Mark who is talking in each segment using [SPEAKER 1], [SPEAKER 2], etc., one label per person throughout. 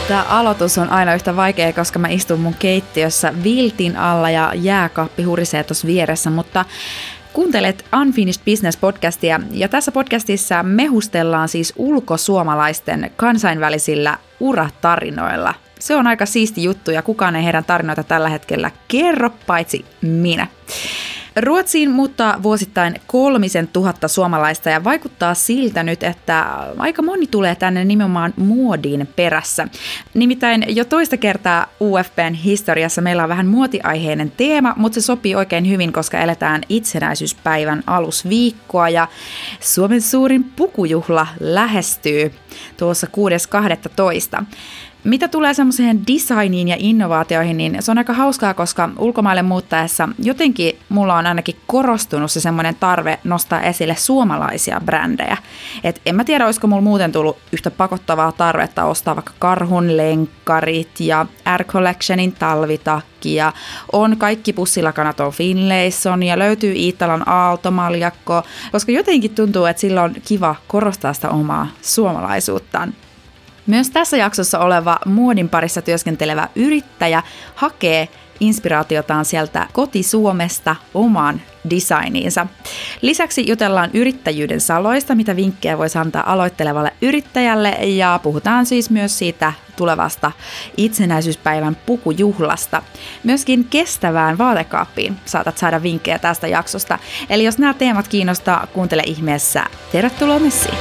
[SPEAKER 1] Tämä aloitus on aina yhtä vaikea, koska mä istun mun keittiössä viltin alla ja jääkaappi hurisee tuossa vieressä, mutta kuuntelet Unfinished Business-podcastia ja tässä podcastissa mehustellaan siis ulkosuomalaisten kansainvälisillä uratarinoilla. Se on aika siisti juttu ja kukaan ei heidän tarinoita tällä hetkellä kerro, paitsi minä. Ruotsiin muuttaa vuosittain 3000 suomalaista ja vaikuttaa siltä nyt, että aika moni tulee tänne nimenomaan muodin perässä. Nimittäin jo toista kertaa UFP:n historiassa meillä on vähän muotiaiheinen teema, mutta se sopii oikein hyvin, koska eletään itsenäisyyspäivän alusviikkoa ja Suomen suurin pukujuhla lähestyy tuossa 6.12. Mitä tulee semmoiseen designiin ja innovaatioihin, niin se on aika hauskaa, koska ulkomaille muuttaessa jotenkin mulla on ainakin korostunut se semmoinen tarve nostaa esille suomalaisia brändejä. Et en mä tiedä, olisiko mulla muuten tullut yhtä pakottavaa tarvetta ostaa vaikka Karhun lenkkarit ja Air Collectionin talvitakki ja on kaikki pussilakanat on Finlayson ja löytyy Iittalan aaltomaljakko, koska jotenkin tuntuu, että sillä on kiva korostaa sitä omaa suomalaisuuttaan. Myös tässä jaksossa oleva muodin parissa työskentelevä yrittäjä hakee inspiraatiotaan sieltä koti-Suomesta omaan designiinsa. Lisäksi jutellaan yrittäjyyden saloista, mitä vinkkejä voisi antaa aloittelevalle yrittäjälle ja puhutaan siis myös siitä tulevasta itsenäisyyspäivän pukujuhlasta. Myöskin kestävään vaatekaappiin saatat saada vinkkejä tästä jaksosta. Eli jos nämä teemat kiinnostaa, kuuntele ihmeessä. Tervetuloa messiin!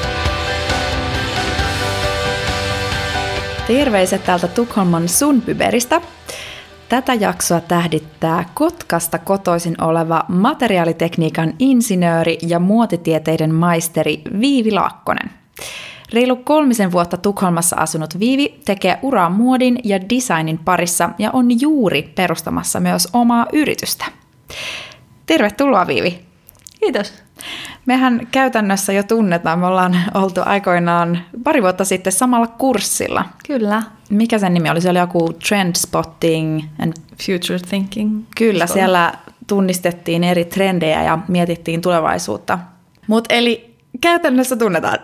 [SPEAKER 1] Terveiset täältä Tukholman Sundbybergistä. Tätä jaksoa tähdittää Kotkasta kotoisin oleva materiaalitekniikan insinööri ja muotitieteiden maisteri Viivi Laakkonen. Reilu 3 vuotta Tukholmassa asunut Viivi tekee uraa muodin ja designin parissa ja on juuri perustamassa myös omaa yritystä. Tervetuloa Viivi!
[SPEAKER 2] Kiitos!
[SPEAKER 1] Mehän käytännössä jo tunnetaan, me ollaan oltu aikoinaan 2 vuotta sitten samalla kurssilla.
[SPEAKER 2] Kyllä.
[SPEAKER 1] Mikä sen nimi oli? Se oli joku Trend Spotting and
[SPEAKER 2] Future Thinking.
[SPEAKER 1] Kyllä, siellä tunnistettiin eri trendejä ja mietittiin tulevaisuutta. Mutta eli käytännössä tunnetaan.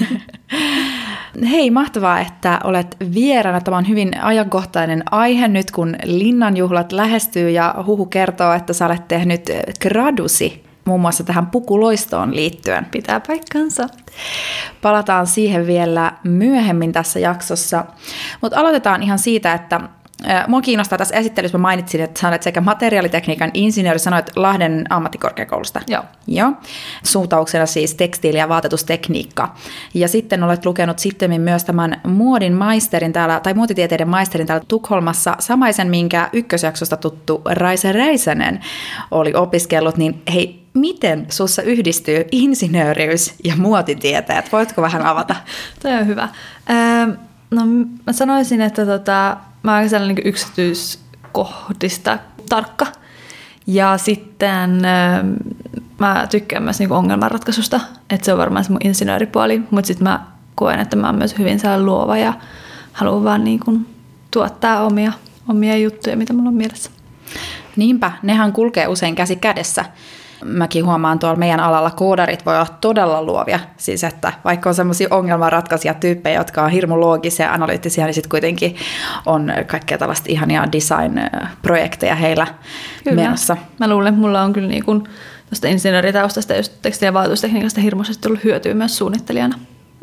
[SPEAKER 1] Hei, mahtavaa, että olet vieraana. Tämä on hyvin ajankohtainen aihe nyt, kun linnanjuhlat lähestyy ja huhu kertoo, että sä olet tehnyt gradusi. Muun muassa tähän pukuloistoon liittyen.
[SPEAKER 2] Pitää paikkansa.
[SPEAKER 1] Palataan siihen vielä myöhemmin tässä jaksossa. Mutta aloitetaan ihan siitä, että mua kiinnostaa tässä esittelyssä, mä mainitsin, että sä olet sekä materiaalitekniikan insinööri, sanoit Lahden ammattikorkeakoulusta. Joo. Suuntauksena siis tekstiili- ja vaatetustekniikka. Ja sitten olet lukenut sitten myös tämän muodin maisterin täällä, tai muotitieteiden maisterin täällä Tukholmassa, samaisen, minkä ykkösjaksosta tuttu Raisa Räisänen oli opiskellut, niin hei, miten sussa yhdistyy insinööriys ja muotitieteet? Voitko vähän avata?
[SPEAKER 2] Toi on hyvä. No mä sanoisin, että mä oon sellainen niin yksityiskohdista tarkka. Ja sitten mä tykkään myös niin ongelmanratkaisusta, että se on varmaan se mun insinööripuoli. Mutta sitten mä koen, että mä oon myös hyvin sellainen luova ja haluan vaan niin kuin tuottaa omia juttuja, mitä mulla on mielessä.
[SPEAKER 1] Niinpä, nehän kulkee usein käsi kädessä. Mäkin huomaan tuolla meidän alalla koodarit voi olla todella luovia. Siis että vaikka on semmoisia ongelmanratkaisia tyyppejä, jotka on hirmu loogisia ja analyyttisia, niin sitten kuitenkin on kaikkea tällaista ihania design-projekteja heillä menossa.
[SPEAKER 2] Mä luulen, että mulla on kyllä niin kuin tuosta insinööritaustasta ja just tekstiili- ja vaatetustekniikasta hirmuisesti tullut hyötyä myös suunnittelijana.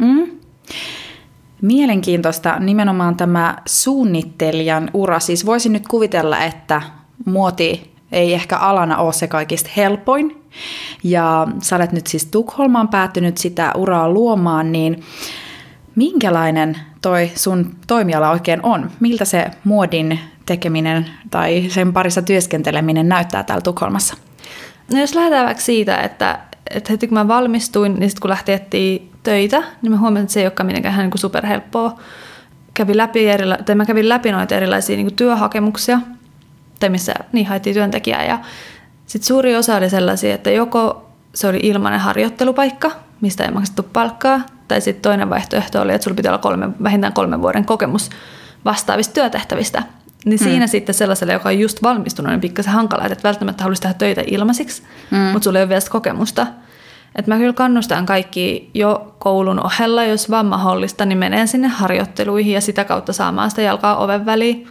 [SPEAKER 1] Mielenkiintoista nimenomaan tämä suunnittelijan ura. Siis voisin nyt kuvitella, että muoti ei ehkä alana ole se kaikista helpoin. Ja sä olet nyt siis Tukholmaan päättynyt sitä uraa luomaan, niin minkälainen toi sun toimiala oikein on? Miltä se muodin tekeminen tai sen parissa työskenteleminen näyttää täällä Tukholmassa?
[SPEAKER 2] No jos lähdetään vaikka siitä, että heti kun mä valmistuin, niin sitten kun lähti etsiä töitä, niin mä huomasin, että se ei olekaan mitenkään niin kuin superhelppoa. Mä kävin läpi noita erilaisia niin kuin työhakemuksia, tai missä niin haettiin työntekijää. Ja sitten suuri osa oli sellaisia, että joko se oli ilmainen harjoittelupaikka, mistä ei maksettu palkkaa, tai sitten toinen vaihtoehto oli, että sulla pitää olla vähintään 3 vuoden kokemus vastaavista työtehtävistä. Niin siinä sitten sellaiselle, joka on just valmistunut, niin pikkasen hankalaa, että välttämättä haluaisi tehdä töitä ilmaisiksi, mutta sulla ei ole vielä sitä kokemusta. Et mä kyllä kannustan kaikki jo koulun ohella, jos vaan mahdollista, niin menee sinne harjoitteluihin ja sitä kautta saamaan sitä jalkaa oven väliin.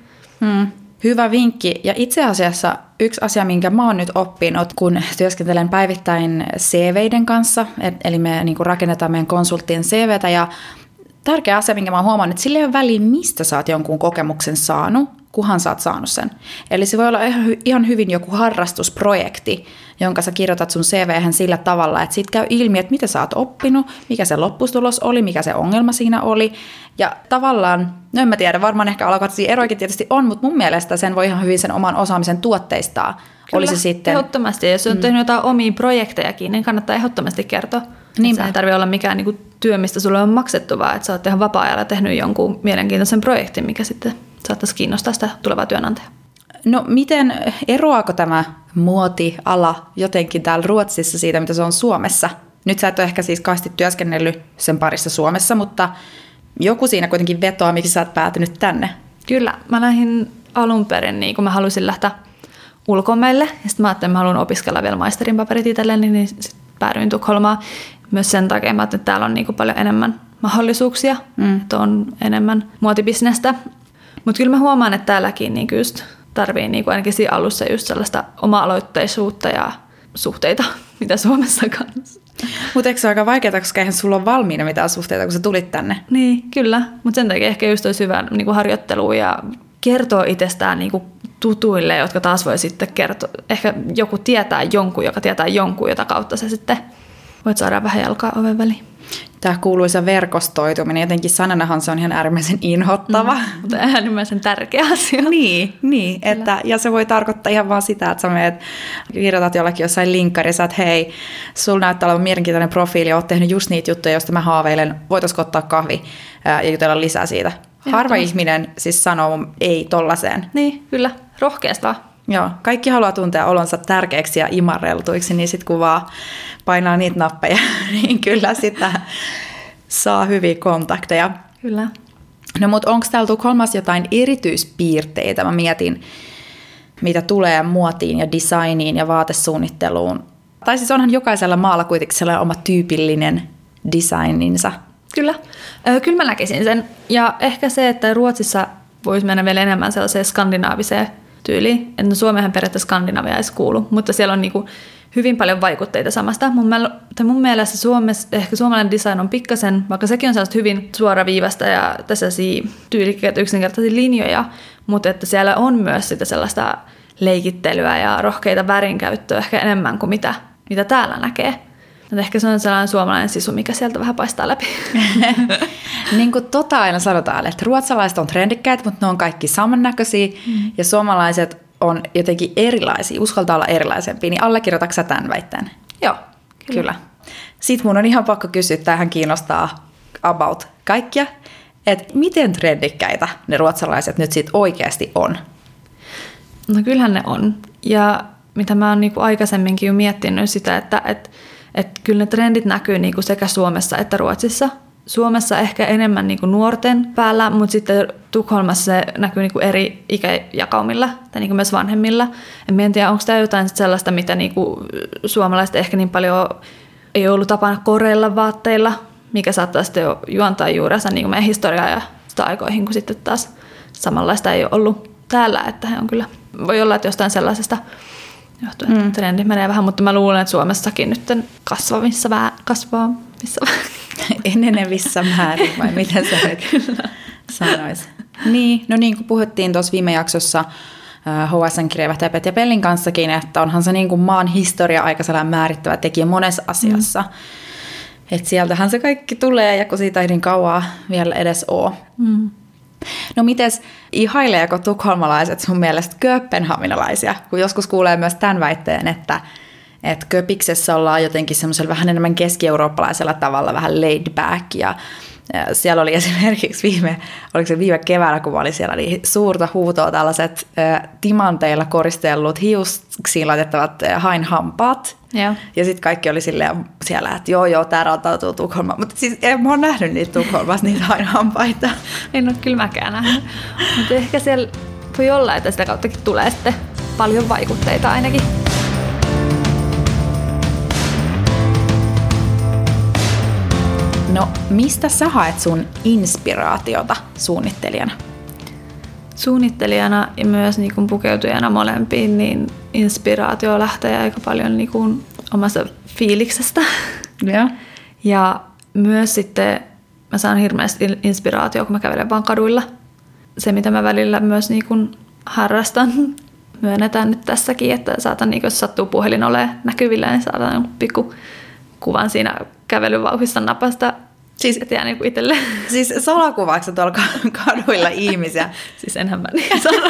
[SPEAKER 1] Hyvä vinkki. Ja itse asiassa yksi asia, minkä mä oon nyt oppinut, kun työskentelen päivittäin CV:iden kanssa, eli me niin kuin rakennetaan meidän konsulttien CVtä, ja tärkeä asia, minkä mä oon huomannut, että sillä ei ole väliä, mistä sä oot jonkun kokemuksen saanut, kunhan sä oot saanut sen. Eli se voi olla ihan hyvin joku harrastusprojekti, jonka sä kirjoitat sun CV:hän sillä tavalla, että siitä käy ilmi, että mitä sä oot oppinut, mikä se lopputulos oli, mikä se ongelma siinä oli. Ja tavallaan, no en mä tiedä, varmaan ehkä alakohtaisia eroikin tietysti on, mutta mun mielestä sen voi ihan hyvin sen oman osaamisen tuotteistaa.
[SPEAKER 2] Kyllä,
[SPEAKER 1] oli se sitten
[SPEAKER 2] ehdottomasti. Ja jos on tehnyt jotain omia projektejakin, niin kannattaa ehdottomasti kertoa. Se ei tarvitse olla mikään niinku työ, mistä sulle on maksettu, vaan että sä oot ihan vapaa-ajalla tehnyt jonkun mielenkiintoisen projektin, mikä sitten saattaisi kiinnostaa sitä tulevaa työnantajaa.
[SPEAKER 1] No miten eroaako tämä muotiala jotenkin täällä Ruotsissa siitä, mitä se on Suomessa? Nyt sä et ole ehkä siis kaasti työskennellyt sen parissa Suomessa, mutta joku siinä kuitenkin vetoaa, miksi sä oot päätynyt tänne.
[SPEAKER 2] Kyllä, mä lähdin alun perin, niin kun mä halusin lähteä ulkomaille, ja sitten mä ajattelin, että mä haluan opiskella vielä maisterin paperit itselleni, niin sitten päädyin Tukholmaan. Myös sen takia mä ajattelin, että täällä on niin paljon enemmän mahdollisuuksia, että on enemmän muotibisnestä. Mutta kyllä mä huomaan, että täälläkin niin just tarvii niin ainakin siinä alussa just sellaista oma-aloitteisuutta ja suhteita, mitä Suomessa kanssa.
[SPEAKER 1] Mutta eikö se ole aika vaikeaa, koska eihän sulla ole valmiina mitään suhteita, kun sä tulit tänne?
[SPEAKER 2] Niin, kyllä. Mutta sen takia ehkä just olisi hyvä niin harjoittelu ja kertoo itsestään niin tutuille, jotka taas voi sitten kertoa. Ehkä joku tietää jonkun, joka tietää jonkun, jota kautta sä sitten voit saada vähän jalkaa oven väliin.
[SPEAKER 1] Tämä kuuluisa verkostoituminen, jotenkin sananahan se on ihan äärimmäisen inhottava.
[SPEAKER 2] Mutta äärimmäisen tärkeä asia.
[SPEAKER 1] Niin että, ja se voi tarkoittaa ihan vaan sitä, että sä menet, kirjoitat jollakin jossain linkkarissa, että hei, sulla näyttää olevan mielenkiintoinen profiili ja oot tehnyt just niitä juttuja, joista mä haaveilen, voitaisiko ottaa kahvi ja jutella lisää siitä. Harva ihminen siis sanoo ei tollaseen.
[SPEAKER 2] Niin, kyllä, rohkeasta.
[SPEAKER 1] Joo, kaikki haluaa tuntea olonsa tärkeäksi ja imarreltuiksi, niin sitten kun vaan painaa niitä nappeja, niin kyllä sitä saa hyviä kontakteja.
[SPEAKER 2] Kyllä.
[SPEAKER 1] No mutta onko täällä Tukholmassa jotain erityispiirteitä? Mä mietin, mitä tulee muotiin ja designiin ja vaatesuunnitteluun. Tai siis onhan jokaisella maalla kuitenkin sellainen oma tyypillinen designinsa.
[SPEAKER 2] Kyllä. Kyllä mä näkisin sen. Ja ehkä se, että Ruotsissa voisi mennä vielä enemmän sellaiseen skandinaaviseen tyyliin. Että Suomeenhan periaatteessa Skandinavia ei kuulu, mutta siellä on niinku hyvin paljon vaikutteita samasta. Mun mielestä Suomessa ehkä suomalainen design on pikkasen, vaikka sekin on sellaista hyvin suoraviivasta ja tällaisia tyylikkäitä yksinkertaisia linjoja, mutta että siellä on myös sitä sellaista leikittelyä ja rohkeita värinkäyttöä ehkä enemmän kuin mitä täällä näkee. Että ehkä se on sellainen suomalainen sisu, mikä sieltä vähän paistaa läpi.
[SPEAKER 1] Niin kuin aina sanotaan, että ruotsalaiset on trendikkäitä, mutta ne on kaikki samannäköisiä ja suomalaiset on jotenkin erilaisia, uskaltaa olla erilaisempia, niin allekirjoitatko sä tämän väitteen?
[SPEAKER 2] Joo,
[SPEAKER 1] kyllä. Sitten mun on ihan pakko kysyä, tämähän kiinnostaa about kaikkia, että miten trendikkäitä ne ruotsalaiset nyt sitten oikeasti on?
[SPEAKER 2] No kyllähän ne on. Ja mitä mä oon niinku aikaisemminkin jo miettinyt sitä, että kyllä ne trendit näkyy niinku sekä Suomessa että Ruotsissa. Suomessa ehkä enemmän niinku nuorten päällä, mutta sitten Tukholmassa se näkyy niinku eri ikäjakaumilla tai niinku myös vanhemmilla. En tiedä, onko tämä jotain sellaista, mitä niinku suomalaiset ehkä niin paljon ei ollut tapana koreilla vaatteilla, mikä saattaa sitten jo juontaa juurensa niinku meidän historiaa ja sitä aikoihin, kun sitten taas samanlaista ei ole ollut täällä. Että he on kyllä, voi olla, että jostain sellaisesta johtuen, että trendi menee vähän, mutta mä luulen, että Suomessakin nyt kasvavissa
[SPEAKER 1] enenevissä määrin, vai miten sä sanois? Niin, no niin kuin puhuttiin tuossa viime jaksossa HSN Kirjavät ja Pellin kanssakin, että onhan se niin kuin maan historia aika sellainen määrittävä tekijä monessa asiassa. Että sieltähän se kaikki tulee, ja kun siitä ei niin kauaa vielä edes ole. No mites, ihaileeko tukholmalaiset sun mielestä kööpenhaminalaisia? Kun joskus kuulee myös tämän väitteen, että Köpiksessä ollaan jotenkin semmoisella vähän enemmän keski-eurooppalaisella tavalla, vähän laid back. Ja siellä oli esimerkiksi viime keväänä, kun mä olin siellä, niin suurta huutoa tällaiset timanteilla koristellut hiuksiin laitettavat hainhampaat.
[SPEAKER 2] Yeah. Ja
[SPEAKER 1] sitten kaikki oli silleen siellä, että joo, tää rantautuu Tukholmaan. Mutta siis en mä ole nähnyt niitä Tukholmassa, niitä hainhampaita.
[SPEAKER 2] En ole kyllä mäkään nähnyt. Mutta ehkä siellä voi olla, että sitä kauttakin tulee sitten paljon vaikutteita ainakin.
[SPEAKER 1] No, mistä sä haet sun inspiraatiota suunnittelijana?
[SPEAKER 2] Suunnittelijana ja myös niin kuin pukeutujana molempiin, niin inspiraatio lähtee aika paljon niin kuin omasta fiiliksestä.
[SPEAKER 1] Yeah.
[SPEAKER 2] Ja myös sitten mä saan hirveästi inspiraatiota, kun mä kävelen vaan kaduilla. Se, mitä mä välillä myös niin kuin harrastan, myönnetään nyt tässäkin, että saatan, niin jos sattuu puhelin olemaan näkyvillä, niin saatan pikku kuvan siinä kävelyvauhdissa napasta. Siis, et jää niin itselle.
[SPEAKER 1] Siis salakuvaatko tuolla kaduilla ihmisiä?
[SPEAKER 2] Siis enhän mä niin sano.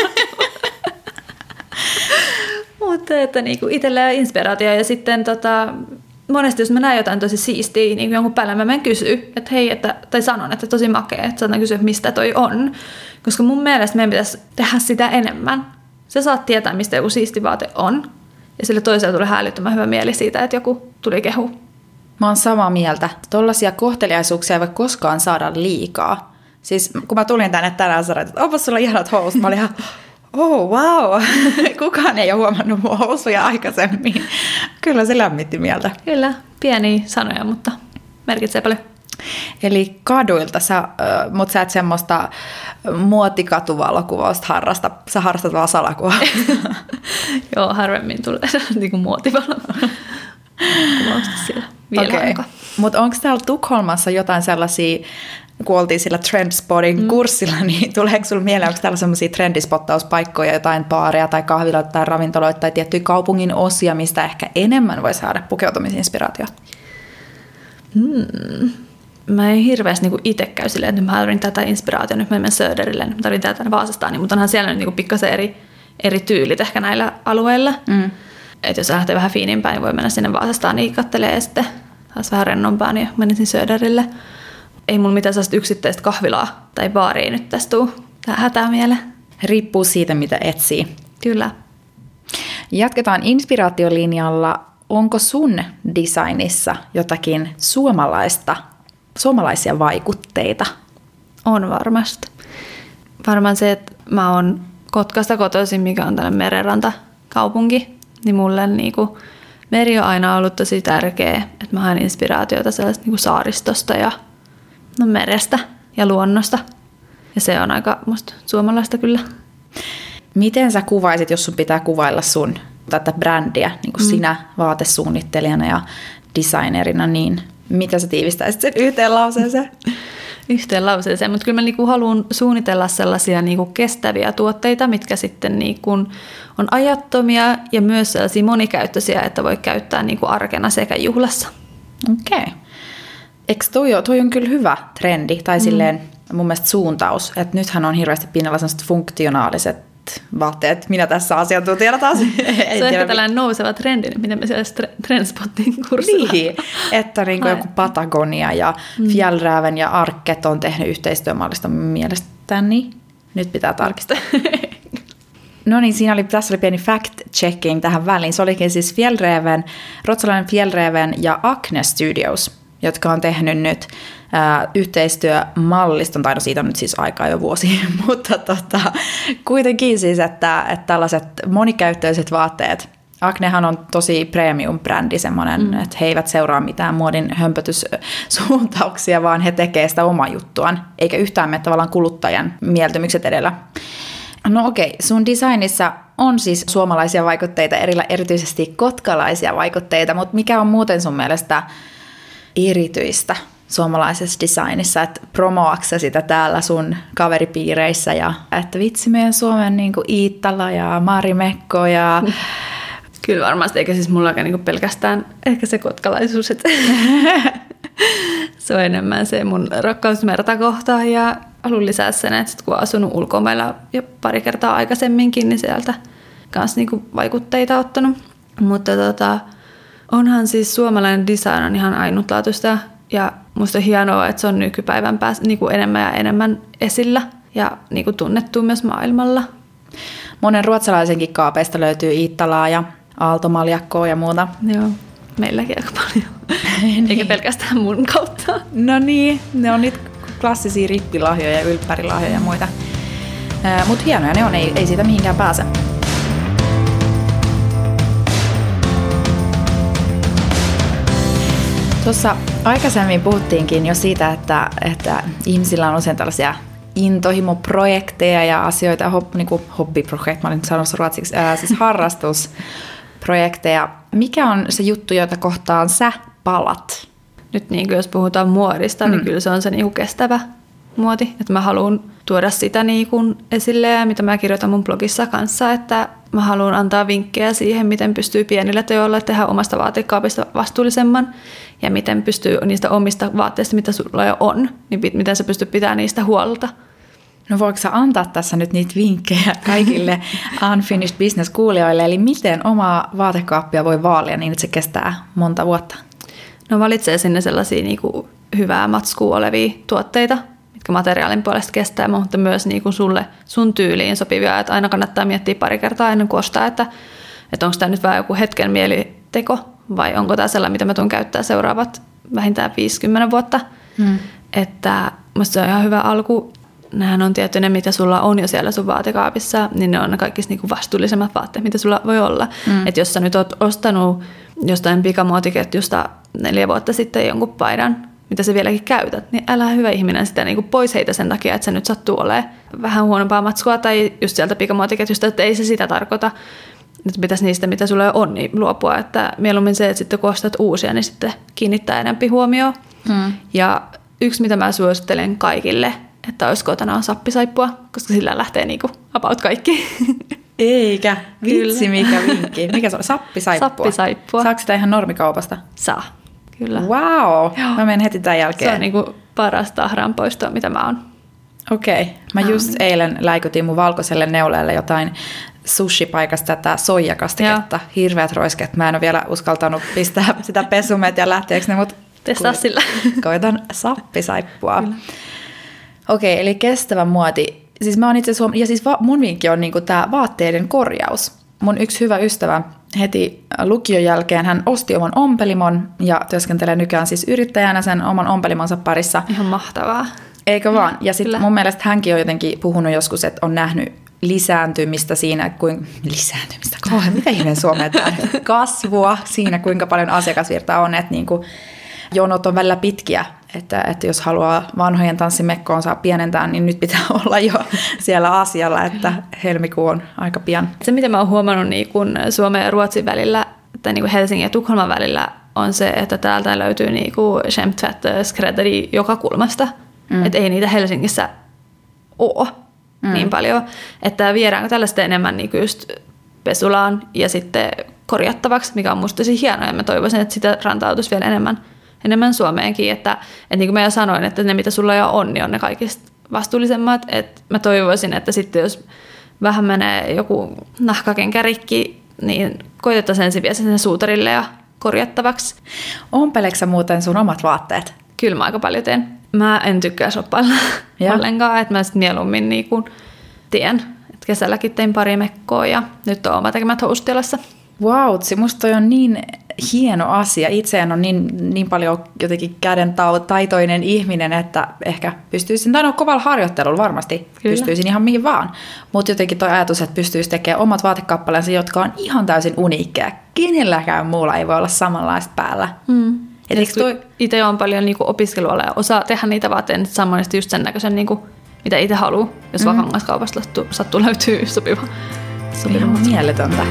[SPEAKER 2] Mutta että niinku itselle jää inspiraatio. Ja sitten monesti jos mä näen jotain tosi siistiä, niin jonkun päälle mä menen kysyä, että hei, tai sanon, että tosi makea, että saatan kysyä, mistä toi on. Koska mun mielestä meidän pitäisi tehdä sitä enemmän. Sä saat tietää, mistä joku siisti vaate on. Ja sille toiselle tulee hälyttömän hyvä mieli siitä, että joku tuli kehu.
[SPEAKER 1] Mä oon samaa mieltä. Tollaisia kohteliaisuuksia ei voi koskaan saada liikaa. Siis kun mä tulin tänne tänään sanoin, että onpas sulla ihanat housut, mä olin ihan, oh wow, kukaan ei ole huomannut mun housuja aikaisemmin. Kyllä se lämmitti mieltä.
[SPEAKER 2] Kyllä, pieniä sanoja, mutta merkitsee paljon.
[SPEAKER 1] Eli kaduilta, mutta sä et semmoista muotikatuvalokuvausta harrasta, sä harrastat vaan salakuvausta.
[SPEAKER 2] Joo, harvemmin tulee niin muotivalokuvausta siellä vielä aika.
[SPEAKER 1] Mutta onko täällä Tukholmassa jotain sellaisia, kun oltiin sillä Trendspottin kurssilla, niin tuleeko sinulle mieleen, onko täällä sellaisia trendispottauspaikkoja, jotain baareja tai kahviloita tai ravintoloita tai tiettyjä kaupungin osia, mistä ehkä enemmän voi saada pukeutumisinspiraatiota?
[SPEAKER 2] Mä en hirveästi niinku itse käy silleen, että nyt mä tarvitsen tätä inspiraatiota, nyt mä menen Söderille, nyt mä tarvitsen tätä Vaasastaan, mutta onhan siellä niinku pikkasen eri tyylit ehkä näillä alueilla. Että jos lähtee vähän fiinimpään, niin voi mennä sinne Vaasastaan, niin kattelee sitten taas vähän rennompaa, niin menisin Söderille. Ei mulla mitään sellaista yksittäistä kahvilaa tai baaria nyt tästä tule hätää mieleen.
[SPEAKER 1] Riippuu siitä, mitä etsii.
[SPEAKER 2] Kyllä.
[SPEAKER 1] Jatketaan inspiraatiolinjalla. Onko sun designissa jotakin suomalaisia vaikutteita?
[SPEAKER 2] On varmasti. Varmaan se, että mä oon Kotkasta kotoisin, mikä on tällainen merenrantakaupunki, niin mulle niinku meri on aina ollut tosi tärkeä, että mä haen inspiraatiota sellaista niinku saaristosta ja merestä ja luonnosta. Ja se on aika musta suomalaista kyllä.
[SPEAKER 1] Miten sä kuvaisit, jos sun pitää kuvailla sun tätä brändiä, niin kuin sinä vaatesuunnittelijana ja designerina, niin mitä sä tiivistäisit sen yhteen lauseeseen?
[SPEAKER 2] Yhteen lauseeseen, mutta kyllä mä niinku haluan suunnitella sellaisia niinku kestäviä tuotteita, mitkä sitten niinku on ajattomia ja myös sellaisia monikäyttöisiä, että voi käyttää niinku arkena sekä juhlassa.
[SPEAKER 1] Okei. Eikö toi on kyllä hyvä trendi, tai silleen mun mielestä suuntaus, että nythän on hirveästi pinnalla sellaiset funktionaaliset vaatteet. Minä tässä asiantuntijana taas.
[SPEAKER 2] Se on ehkä tällainen nouseva trendi, miten me siellä Trendspottin kurssilla.
[SPEAKER 1] Niin, että niin joku Patagonia ja Fjällräven ja Arket on tehnyt yhteistyömallista mielestäni. Nyt pitää tarkistaa. No niin, tässä oli pieni fact-checking tähän väliin. Se olikin siis ruotsalainen Fjällräven ja Acne Studios, jotka on tehnyt nyt yhteistyömalliston, tai no siitä on nyt siis aikaa jo vuosi, mutta kuitenkin siis, että tällaiset monikäyttöiset vaatteet, Acnehan on tosi premium-brändi semmoinen, että he eivät seuraa mitään muodin hömpötyssuuntauksia, vaan he tekee sitä omaa juttuaan, eikä yhtään mene tavallaan kuluttajan mieltymykset edellä. No okei, sun designissa on siis suomalaisia vaikutteita, erityisesti kotkalaisia vaikutteita, mutta mikä on muuten sun mielestä erityistä suomalaisessa designissa, että promoaksa sitä täällä sun kaveripiireissä ja että vitsi meidän Suomen niin kuin Iittala ja Marimekko ja...
[SPEAKER 2] Kyllä varmasti, eikä siis mullakaan niin pelkästään ehkä se kotkalaisuus, että se on enemmän se mun rakkaus merta kohtaan ja haluan lisää sen, että kun olen asunut ulkomailla jo pari kertaa aikaisemminkin, niin sieltä kanssa niin vaikutteita ottanut. Mutta onhan siis suomalainen design on ihan ainutlaatuista ja musta on hienoa, että se on nykypäivän päässä niin enemmän ja enemmän esillä ja niin tunnettu myös maailmalla.
[SPEAKER 1] Monen ruotsalaisenkin kaapeista löytyy Iittalaa ja Aaltomaljakkoa ja muuta.
[SPEAKER 2] Joo, meilläkin aika paljon. Eikä pelkästään mun kautta.
[SPEAKER 1] No niin, ne on niitä klassisia rippilahjoja ja ylppärilahjoja ja muita. Mutta hienoja ne on, ei siitä mihinkään pääse. Tuossa Aikaisemmin puhuttiinkin jo siitä, että ihmisillä on usein tällaisia intohimoprojekteja ja asioita, niin kuin hobbyprojekt, mä olin sanomassa ruotsiksi, siis harrastusprojekteja. Mikä on se juttu, jota kohtaan sä palat?
[SPEAKER 2] Nyt niin jos puhutaan muodista, niin kyllä se on se niin kuin kestävä muoti. Että mä haluan tuoda sitä niin kuin esille ja mitä mä kirjoitan mun blogissa kanssa, että mä haluan antaa vinkkejä siihen, miten pystyy pienillä teoilla tehdä omasta vaatekaapista vastuullisemman ja miten pystyy niistä omista vaatteista, mitä sulla jo on, niin miten sä pystyt pitämään niistä huolta.
[SPEAKER 1] No voiko sä antaa tässä nyt niitä vinkkejä kaikille Unfinished Business-kuulijoille, eli miten omaa vaatekaappia voi vaalia niin, että se kestää monta vuotta?
[SPEAKER 2] No valitsee sinne sellaisia niin kuin hyvää matskua olevia tuotteita, mitkä materiaalin puolesta kestää, mutta myös niin kuin sun tyyliin sopivia, että aina kannattaa miettiä pari kertaa ennen kuin ostaa, että onko tämä nyt vähän joku hetken mieliteko vai onko tämä sellainen, mitä mä tuun käyttää seuraavat vähintään 50 vuotta. Että musta se on ihan hyvä alku. Nämähän on tietty ne, mitä sulla on jo siellä sun vaatekaapissa, niin ne on ne kaikista niinku vastuullisemmat vaatteet, mitä sulla voi olla. Että jos sä nyt oot ostanut jostain pikamuotiketjusta 4 vuotta sitten jonkun paidan, mitä sä vieläkin käytät, niin älä hyvä ihminen sitä niinku pois heitä sen takia, että se nyt sattuu olemaan vähän huonompaa matskua tai just sieltä pikamuotiketjusta, että ei se sitä tarkoita. Nyt pitäisi niistä, mitä sulla on, niin luopua. Että mieluummin se, että sitten kun ostat uusia, niin sitten kiinnittää enemmän huomioon. Ja yksi, mitä mä suosittelen kaikille, että olisi kotona on sappisaippua, koska sillä lähtee niinku about kaikki.
[SPEAKER 1] Eikä. Vitsi, mikä vinkki. Mikä se on? Sappisaippua.
[SPEAKER 2] Sappisaippua.
[SPEAKER 1] Saako sitä ihan normikaupasta?
[SPEAKER 2] Saa, kyllä.
[SPEAKER 1] Wow. Mä menen heti tämän jälkeen.
[SPEAKER 2] Se on niinku paras tahran poisto, mitä mä oon.
[SPEAKER 1] Okei. Mä just eilen läikytin mun valkoiselle neuleelle jotain sushi-paikasta tätä soijakastiketta. Hirveät roiskeet. Mä en ole vielä uskaltanut pistää sitä pesumet ja lähteekö ne, mutta
[SPEAKER 2] testaa sillä.
[SPEAKER 1] Koitan sappisaippua. Okei, eli kestävä muoti. Siis mä oon itse asiassa, ja siis mun vinkki on niinku tää vaatteiden korjaus. Mun yksi hyvä ystävä heti lukion jälkeen hän osti oman ompelimon ja työskentelee nykyään siis yrittäjänä sen oman ompelimonsa parissa.
[SPEAKER 2] Ihan mahtavaa.
[SPEAKER 1] Eikö vaan? Ja sitten mun mielestä hänkin on jotenkin puhunut joskus, että on nähnyt lisääntymistä siinä, mitä ihmeen suomeen kasvua siinä, kuinka paljon asiakasvirtaa on, että niinku jonot on välillä pitkiä, että jos haluaa vanhojen tanssimekkoonsa pienentää, niin nyt pitää olla jo siellä asialla, että helmikuu on aika pian.
[SPEAKER 2] Se, mitä mä oon huomannut niin kun Suomen ja Ruotsin välillä, tai niin kuin Helsingin ja Tukholman välillä, on se, että täältä löytyy niin kuin skrädderi joka kulmasta. Että ei niitä Helsingissä ole niin paljon. Että viedäänkö tällaista enemmän niin just pesulaan ja sitten korjattavaksi, mikä on musta tosi hienoa. Ja mä toivoisin, että sitä rantautuisi vielä enemmän Suomeenkin. Että niin kuin mä jo sanoin, että ne mitä sulla jo on, niin on ne kaikista vastuullisemmat. Että mä toivoisin, että sitten jos vähän menee joku nahkakenkä rikki, niin koitetaan ensin vielä sen suutarille ja korjattavaksi.
[SPEAKER 1] Ompeleeko sä muuten sun omat vaatteet?
[SPEAKER 2] Kyllä mä aika paljon teen. Mä en tykkää shoppailla ollenkaan, että mä sitten mieluummin niin teen. Et kesälläkin tein pari mekkoa ja nyt on oma tekemät housutialassa.
[SPEAKER 1] Wow, musta toi on niin hieno asia. Itse en ole niin paljon jotenkin käden taitoinen ihminen, että ehkä pystyisin, tai no kovalla harjoittelulla varmasti pystyisin ihan mihin vaan. Mutta jotenkin toi ajatus, että pystyisi tekemään omat vaatekappaleensa, jotka on ihan täysin uniikkeja. Kenelläkään muulla ei voi olla samanlaista päällä.
[SPEAKER 2] Itse on paljon niinku opiskelua ja osaa tehdä niitä vaatteita samoin just sen näköisen, niinku, mitä itse haluaa, jos vaan kangaskaupasta sattuu löytyy sopiva.
[SPEAKER 1] Ihan mieletöntä.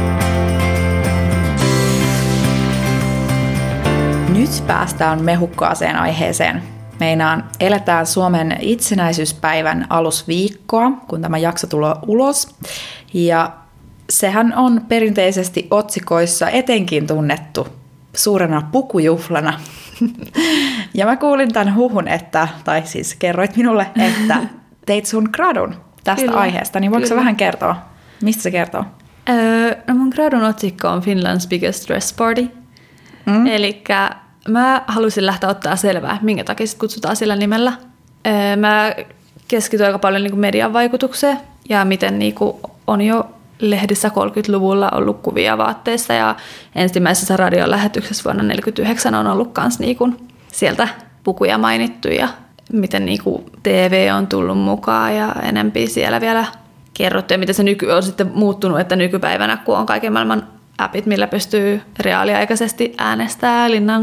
[SPEAKER 1] Nyt päästään mehukkaaseen aiheeseen. Meinaan eletään Suomen itsenäisyyspäivän alusviikkoa, kun tämä jakso tulee ulos. Ja sehän on perinteisesti otsikoissa etenkin tunnettu suurena pukujuhlana. Ja mä kuulin tämän huhun, tai siis kerroit minulle, että teit sun gradun tästä aiheesta. Niin voiko sä vähän kertoa? Mistä se kertoo?
[SPEAKER 2] No mun gradun otsikko on Finland's Biggest Dress Party. Elikkä mä halusin lähteä ottaa selvää, minkä takia sit kutsutaan sillä nimellä. Mä keskityin aika paljon niinku median vaikutukseen ja miten niinku on jo lehdissä 30-luvulla ollut kuvia vaatteista ja ensimmäisessä radiolähetyksessä vuonna 1949 on ollut kans niinku sieltä pukuja mainittu ja miten niinku TV on tullut mukaan ja enempi siellä vielä kerrottu ja miten se on sitten muuttunut, että nykypäivänä kun on kaiken maailman appit, millä pystyy reaaliaikaisesti äänestämään linnan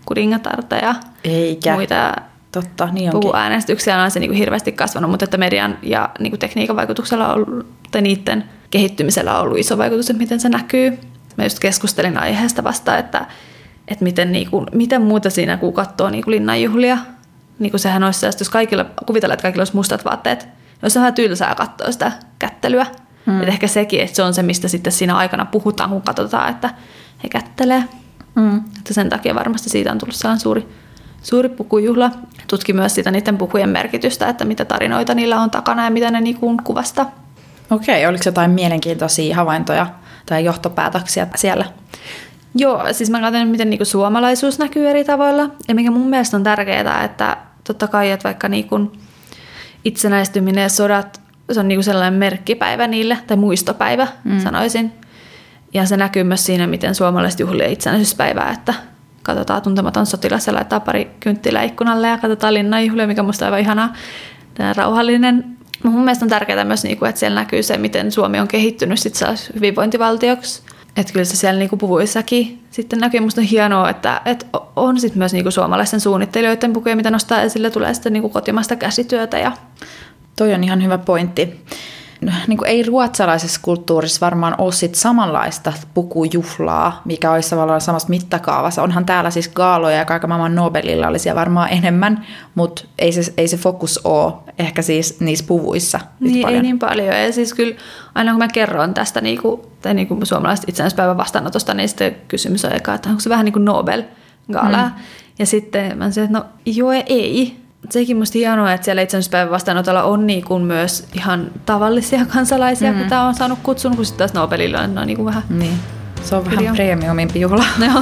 [SPEAKER 2] kuningatarta ja
[SPEAKER 1] Eikä.
[SPEAKER 2] muita
[SPEAKER 1] Totta, niin onkin.
[SPEAKER 2] puhuäänestyksiä on se niin kuin hirveästi kasvanut, mutta että median ja niin kuin tekniikan vaikutuksella on ollut, tai niiden kehittymisellä on ollut iso vaikutus, että miten se näkyy. Mä just keskustelin aiheesta vasta, että miten muuta siinä, kun katsoo niin kuin linnanjuhlia. Niin kuin sehän olisi sellaista, jos kuvitellaan, että kaikilla olisi mustat vaatteet, olisi vähän tylsää katsoa sitä kättelyä. Että ehkä sekin, että se on se, mistä sitten siinä aikana puhutaan, kun katsotaan, että he kättelee. Että sen takia varmasti siitä on tullut sellainen suuri pukujuhla. Tutki myös sitä niiden pukujen merkitystä, että mitä tarinoita niillä on takana ja mitä ne niin kuvastaa.
[SPEAKER 1] Okei, oliko jotain mielenkiintoisia havaintoja tai johtopäätöksiä siellä?
[SPEAKER 2] Joo, siis mä katson, miten niin kuin suomalaisuus näkyy eri tavoilla. Ja mikä mun mielestä on tärkeää, että totta kai, että vaikka niin kuin itsenäistyminen ja sodat, se on niin kuin sellainen merkkipäivä niille, tai muistopäivä, sanoisin. Ja se näkyy myös siinä, miten suomalaiset juhlia itsenäisyyspäivää, että katsotaan Tuntematon sotilas ja laittaa pari kynttilää ikkunalle ja katsotaan linnanjuhlia, mikä musta on aivan ihanaa. Tämä rauhallinen. Mun mielestä on tärkeää myös, että siellä näkyy se, miten Suomi on kehittynyt sit hyvinvointivaltioksi. Että kyllä se siellä puvuissakin sitten näkyy. Musta on hienoa, että on sitten myös suomalaisten suunnittelijoiden pukuja, mitä nostaa esille, tulee sitten kotimaista käsityötä. Ja
[SPEAKER 1] toi on ihan hyvä pointti. Niin kuin ei ruotsalaisessa kulttuurissa varmaan ole sit samanlaista pukujuhlaa, mikä olisi tavallaan samassa mittakaavassa. Onhan täällä siis gaaloja ja kaiken maailman Nobelilla olisi varmaan enemmän, mutta ei se fokus ole ehkä siis niissä puvuissa.
[SPEAKER 2] Niin, ei niin paljon. Ja siis kyllä aina kun mä kerron tästä suomalaisesta itsenäisyyspäivän vastaanotosta, niin sitten kysymys on eka, että onko se vähän niin kuin Nobel-gaala. Ja sitten mä sanoin, että no joo ei. Sekin musta hienoa, että siellä itsenäisyyspäivän vastaanotolla on myös ihan tavallisia kansalaisia, ketä on saanut kutsun, kun sitten taas Nobelilla on niin vähän.
[SPEAKER 1] Niin. Se on vähän premiumimpi juhla.
[SPEAKER 2] Joo.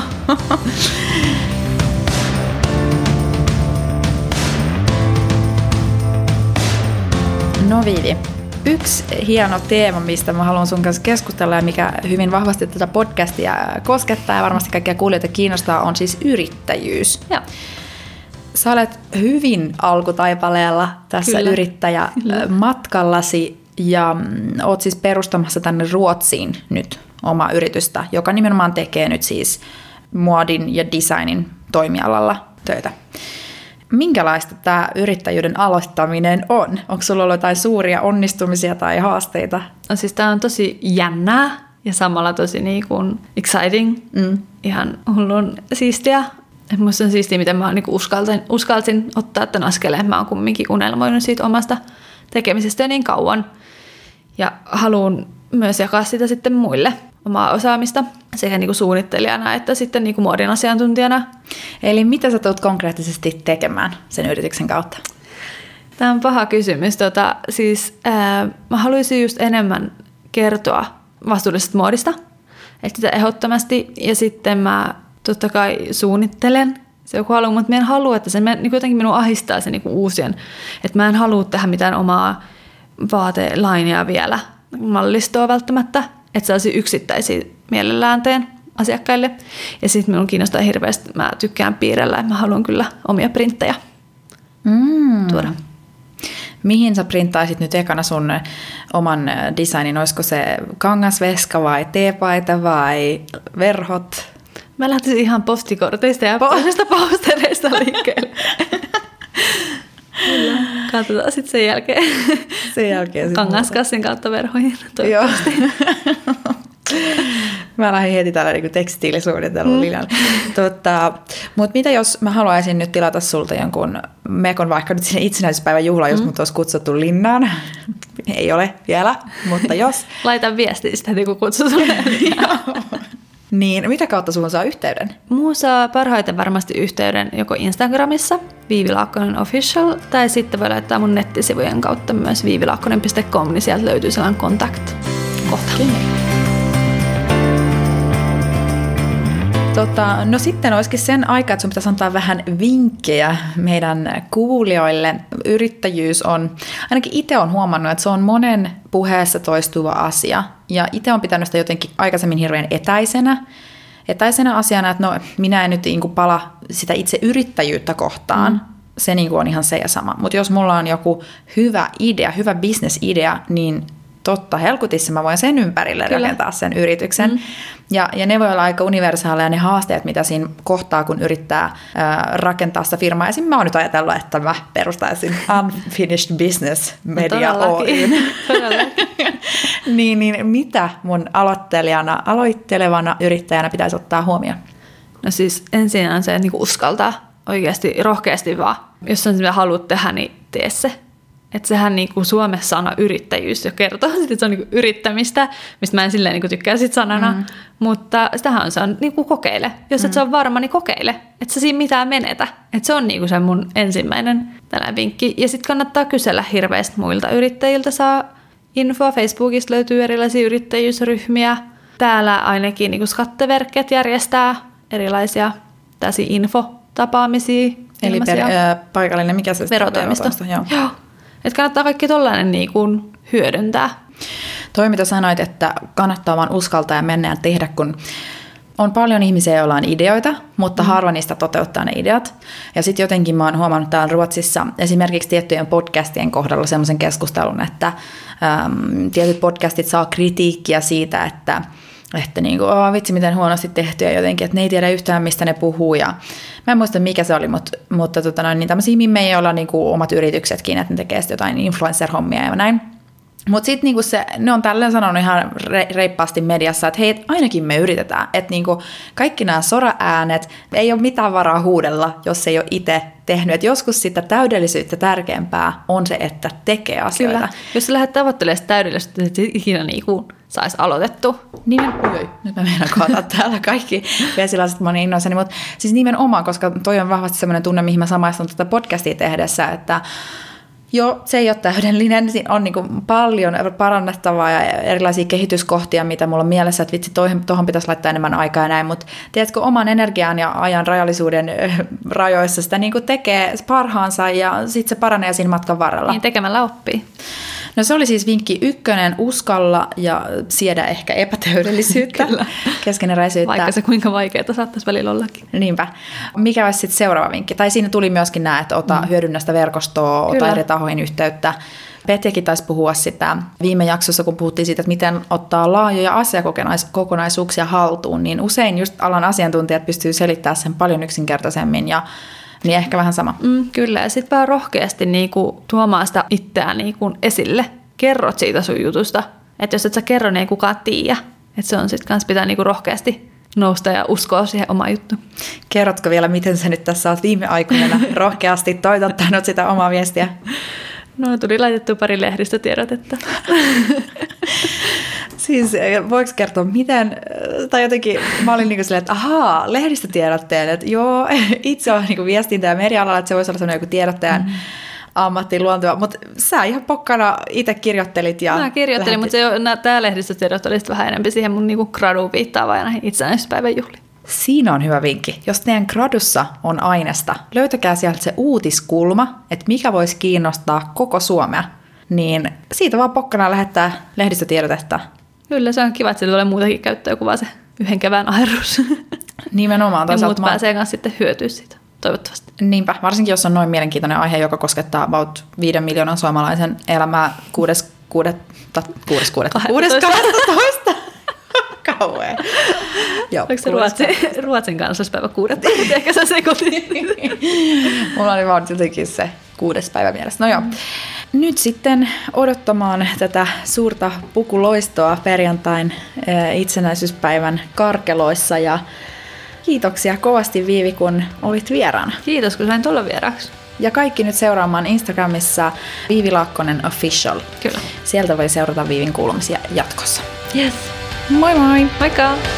[SPEAKER 1] No Viivi, yksi hieno teema, mistä mä haluan sun kanssa keskustella ja mikä hyvin vahvasti tätä podcastia koskettaa ja varmasti kaikkia kuulijoita kiinnostaa, on siis yrittäjyys.
[SPEAKER 2] Joo.
[SPEAKER 1] Sä olet hyvin alkutaipaleella tässä yrittäjämatkallasi ja oot siis perustamassa tänne Ruotsiin nyt omaa yritystä, joka nimenomaan tekee nyt siis muodin ja designin toimialalla töitä. Minkälaista tämä yrittäjyyden aloittaminen on? Onko sulla ollut jotain suuria onnistumisia tai haasteita?
[SPEAKER 2] No siis tämä on tosi jännää ja samalla tosi exciting. Ihan hullun siistiä. Minusta on siistiä, miten mä uskalsin ottaa tämän askeleen. Mä oon kumminkin unelmoinut siitä omasta tekemisestä jo niin kauan. Ja haluan myös jakaa sitä sitten muille omaa osaamista sekä suunnittelijana että sitten muodin asiantuntijana.
[SPEAKER 1] Eli mitä sä tulet konkreettisesti tekemään sen yrityksen kautta?
[SPEAKER 2] Tämä on paha kysymys. Mä haluaisin just enemmän kertoa vastuullisesta muodista. Että sitä ehdottomasti. Ja sitten mä totta kai suunnittelen se joku haluaa, mutta mä en halua, että se jotenkin minua ahdistaa se uusien. Että mä en halua tehdä mitään omaa vaatelainia vielä mallistoa välttämättä. Että sellaisia yksittäisiä mielellään teen asiakkaille. Ja sitten minun kiinnostaa hirveästi, mä tykkään piirrellä, että mä haluan kyllä omia printtejä tuoda.
[SPEAKER 1] Mihin sä printtaisit nyt ekana sun oman designin? Olisiko se kangasveska vai teepaita vai verhot?
[SPEAKER 2] Mä lähtisin ihan postikorteista ja postereista liikkeelle. Katsotaan sitten sen jälkeen. Kangaskassin kautta verhoihin.
[SPEAKER 1] Joo. Mä lähdin heti tällä tekstiilisuunnittelun linjalle. Mutta mitä jos mä haluaisin nyt tilata sulta jonkun mekon vaikka nyt sinne itsenäisyyspäivän juhlaan, jos mut olisi kutsuttu linnaan. Ei ole vielä, mutta jos.
[SPEAKER 2] Laita viestiä sitä, kun kutsut sulle.
[SPEAKER 1] Niin, mitä kautta sulla saa yhteyden?
[SPEAKER 2] Muu saa parhaiten varmasti yhteyden joko Instagramissa, Viivi Laakkonen Official, tai sitten voi laittaa mun nettisivujen kautta myös viivilaakkonen.com, niin sieltä löytyy sellainen kontakt-kohta.
[SPEAKER 1] No sitten olisikin sen aika, että sun pitäisi antaa vähän vinkkejä meidän kuulijoille. Yrittäjyys on, ainakin itse olen huomannut, että se on monen puheessa toistuva asia. Ja itse olen pitänyt sitä jotenkin aikaisemmin hirveän etäisenä asiana, että no minä en nyt pala sitä itse yrittäjyyttä kohtaan. Se on ihan se ja sama. Mutta jos mulla on joku hyvä idea, hyvä business-idea, niin totta, helkutissa mä voin sen ympärille rakentaa sen yrityksen. Ja ne voi olla aika universaaleja ne haasteet, mitä siinä kohtaa, kun yrittää rakentaa sitä firmaa. Esimerkiksi mä oon nyt ajatellut, että mä perustaisin Unfinished Business Media Oyn. niin mitä mun aloittelevana yrittäjänä pitäisi ottaa huomioon?
[SPEAKER 2] No siis ensin se, että niinku uskaltaa oikeasti rohkeasti vaan. Jos on mitä haluat tehdä, niin tee se. Että sehän niinku Suomessa sana yrittäjyys jo kertoo, että se on niinku yrittämistä, mistä mä en silleen niinku tykkää sit sanana. Mutta sitähän se on niinku kokeile. Jos et se on varma, niin kokeile. Että sä siinä mitään menetä. Että se on niinku se mun ensimmäinen tällainen vinkki. Ja sitten kannattaa kysellä hirveästi muilta yrittäjiltä. Saa infoa. Facebookista löytyy erilaisia yrittäjyysryhmiä. Täällä ainakin niinku Skatteverket järjestää erilaisia tällaisia infotapaamisia.
[SPEAKER 1] Eli paikallinen, mikä se
[SPEAKER 2] verotoimisto. Joo. Että kannattaa kaikki tollainen niin kuin hyödyntää.
[SPEAKER 1] Toi mitä sanoit, että kannattaa vaan uskaltaa ja mennä ja tehdä, kun on paljon ihmisiä, joilla on ideoita, mutta harva niistä toteuttaa ne ideat. Ja sitten jotenkin mä oon huomannut täällä Ruotsissa esimerkiksi tiettyjen podcastien kohdalla semmoisen keskustelun, että tietyt podcastit saa kritiikkiä siitä, että niin kuin, vitsi miten huonosti tehtyä jotenkin, että ne ei tiedä yhtään mistä ne puhuu. Ja mä en muista mikä se oli, mutta niin tämmöisiä mimmejä, joilla on niin kuin omat yrityksetkin, että ne tekee jotain influencer-hommia ja näin. Mutta sitten niinku ne on tälleen sanonut ihan reippaasti mediassa, että hei, ainakin me yritetään. Että niinku kaikki nämä soraäänet, ei ole mitään varaa huudella, jos ei ole itse tehnyt. Et joskus sitä täydellisyyttä tärkeämpää on se, että tekee asioita.
[SPEAKER 2] Kyllä. Jos sä lähdet tavoittelemaan sitä täydellisyyttä, että ikinä niinku saisi aloitettu.
[SPEAKER 1] Nyt mä meinaan koota täällä kaikki vesilasit, mä oon innoissani. Mutta siis nimenomaan, koska toi on vahvasti semmoinen tunne, mihin mä samaistun tätä podcastia tehdessä, että joo, se ei ole täydellinen. Siinä on niin kuin paljon parannettavaa ja erilaisia kehityskohtia, mitä mulla on mielessä, että vitsi, tuohon pitäisi laittaa enemmän aikaa ja näin. Mutta tiedätkö, oman energian ja ajan rajallisuuden rajoissa sitä niin kuin tekee parhaansa ja sitten se paranee siinä matkan varrella.
[SPEAKER 2] Niin, tekemällä oppii.
[SPEAKER 1] No se oli siis vinkki 1, uskalla ja siedä ehkä epätäydellisyyttä, keskeneräisyyttä.
[SPEAKER 2] Vaikka se kuinka vaikeaa saattaisi välillä ollakin.
[SPEAKER 1] Niinpä. Mikä olisi sitten seuraava vinkki? Tai siinä tuli myöskin nämä, että hyödynnä sitä verkostoa, ota eri tahoihin yhteyttä. Petjakin taisi puhua sitä viime jaksossa, kun puhuttiin siitä, että miten ottaa laajoja asiakokonaisuuksia haltuun, niin usein just alan asiantuntijat pystyy selittämään sen paljon yksinkertaisemmin ja niin ehkä vähän sama.
[SPEAKER 2] Kyllä, ja sitten vaan rohkeasti niinku tuomaan sitä itseään niinku esille. Kerrot siitä sun jutusta. Että jos et sä kerro, niin ei kukaan tiedä. Että se on sitten kans pitää niinku rohkeasti nousta ja uskoa siihen omaan juttuun.
[SPEAKER 1] Kerrotko vielä, miten sä nyt tässä oot viime aikoina rohkeasti toitottanut sitä omaa viestiä?
[SPEAKER 2] No tuli laitettu pari lehdistötiedotetta.
[SPEAKER 1] Siis voiko kertoa miten, tai jotenkin mä olin niin kuin silleen, että ahaa, lehdistötiedotteen, että joo, itse on niin kuin viestintä- ja merialalla, että se voisi olla sellainen joku tiedottajan ammattiin luontua, mutta sä ihan pokkana itse kirjoittelit. Ja
[SPEAKER 2] mä kirjoittelin, mutta tämä lehdistötiedot oli vähän enemmän siihen mun niin kuin graduun viittaavaan ja näihin itsenäisyyspäivän juhliin.
[SPEAKER 1] Siinä on hyvä vinkki. Jos teidän gradussa on aineesta, löytäkää sieltä se uutiskulma, että mikä voisi kiinnostaa koko Suomea, niin siitä vaan pokkana lähettää lehdistötiedotetta.
[SPEAKER 2] Kyllä, se on kiva, että sillä tulee muutakin käyttöä kuin vaan se yhden kevään aherrus.
[SPEAKER 1] Nimenomaan.
[SPEAKER 2] Ja muut pääsee myös sitten hyötyä siitä, toivottavasti.
[SPEAKER 1] Niinpä, varsinkin jos on noin mielenkiintoinen aihe, joka koskettaa about 5 miljoonan suomalaisen elämää 6.12. Kauhea.
[SPEAKER 2] Oliko se Ruotsin kansallispäivä 6. Ehkä sä sekoitin.
[SPEAKER 1] Mulla oli vaan jotenkin se 6. päivä mielessä. No joo. Nyt sitten odottamaan tätä suurta pukuloistoa perjantain itsenäisyyspäivän karkeloissa ja kiitoksia kovasti Viivi, kun olit vieraana.
[SPEAKER 2] Kiitos, kun sain tulla vieraaksi.
[SPEAKER 1] Ja kaikki nyt seuraamaan Instagramissa Viivi Laakkonen Official.
[SPEAKER 2] Kyllä.
[SPEAKER 1] Sieltä voi seurata Viivin kuulumisia jatkossa.
[SPEAKER 2] Yes.
[SPEAKER 1] Moi moi!
[SPEAKER 2] Moikka!